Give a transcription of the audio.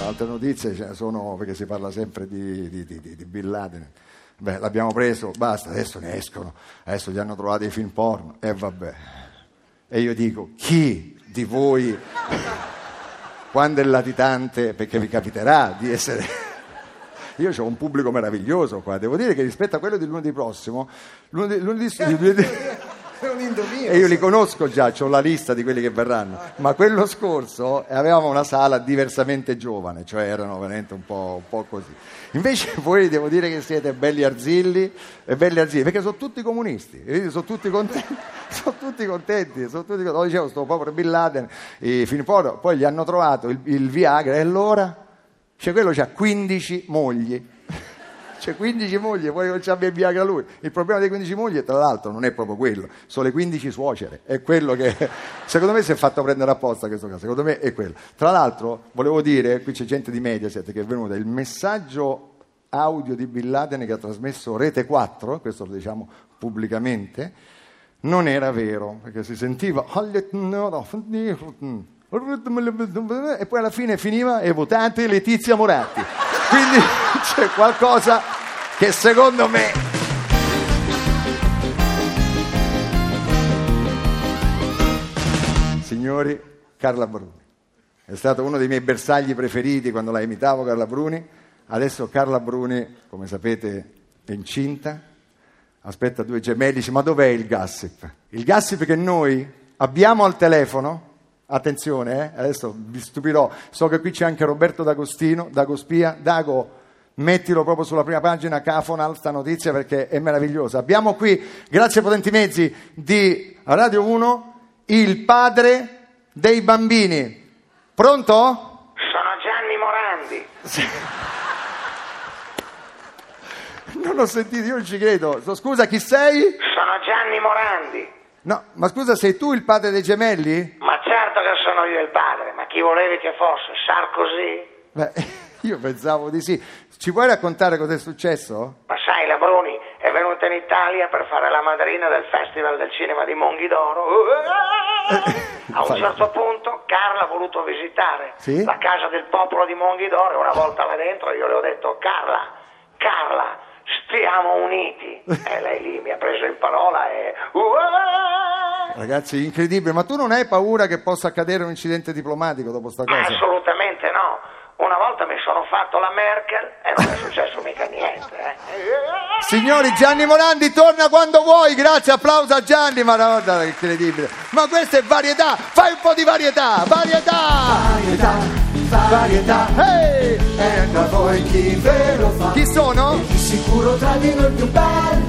altre notizie ce ne sono, perché si parla sempre di Bin Laden. Beh, l'abbiamo preso, basta, adesso ne escono, adesso gli hanno trovato i film porno, e vabbè. E io dico, chi di voi, quando è latitante, perché vi capiterà di essere... Io ho un pubblico meraviglioso qua, devo dire che rispetto a quello di lunedì prossimo, È un indovino. e io li conosco già, ho la lista di quelli che verranno, ma quello scorso avevamo una sala diversamente giovane, cioè erano veramente un po' così. Invece voi devo dire che siete belli arzilli, perché sono tutti comunisti, sono tutti contenti, Lo dicevo, sto povero Bin Laden, poi gli hanno trovato il Viagra, e allora? Cioè quello c'ha 15 mogli. C'è 15 mogli, poi non c'ha il Viagra lui. Il problema dei 15 mogli, tra l'altro, non è proprio quello, sono le 15 suocere. È quello che, secondo me, si è fatto prendere apposta questo caso. Secondo me è quello. Tra l'altro, volevo dire, qui c'è gente di Mediaset che è venuta, il messaggio audio di Bin Laden che ha trasmesso Rete 4, questo lo diciamo pubblicamente, non era vero, perché si sentiva... E poi alla fine finiva e votate Letizia Moratti. Quindi c'è qualcosa che secondo me signori, Carla Bruni è stato uno dei miei bersagli preferiti quando la imitavo, Carla Bruni. Adesso Carla Bruni, come sapete, è incinta, aspetta 2 gemelli. Dice, ma dov'è il gossip che noi abbiamo al telefono? Attenzione, adesso vi stupirò, so che qui c'è anche Roberto D'Agostino, Dagospia. Dago, mettilo proprio sulla prima pagina, Cafonal, sta notizia, perché è meravigliosa. Abbiamo qui, grazie ai potenti mezzi di Radio 1, il padre dei bambini. Pronto? Sono Gianni Morandi. Non ho sentito, io non ci credo. Scusa, chi sei? Sono Gianni Morandi. No, ma scusa, sei tu il padre dei gemelli? Ma certo che sono io il padre, ma chi volevi che fosse? Sarkozy? Beh, io pensavo di sì. Ci puoi raccontare cosa è successo? Ma sai, la Bruni è venuta in Italia per fare la madrina del Festival del Cinema di Monghidoro. A un certo punto Carla ha voluto visitare la casa del popolo di Monghidoro, e una volta là dentro io le ho detto, Carla, stiamo uniti. E lei lì mi ha preso in parola e... Ragazzi, incredibile, ma tu non hai paura che possa accadere un incidente diplomatico dopo sta cosa? Assolutamente no. Una volta mi sono fatto la Merkel e non è successo mica niente. Signori, Gianni Morandi torna quando vuoi, grazie, applauso a Gianni. Ma no, è incredibile. Ma questa è varietà, fai un po' di varietà. Hey! Ecco a voi chi ve lo fa. Chi sono? Di sicuro tra di noi più bello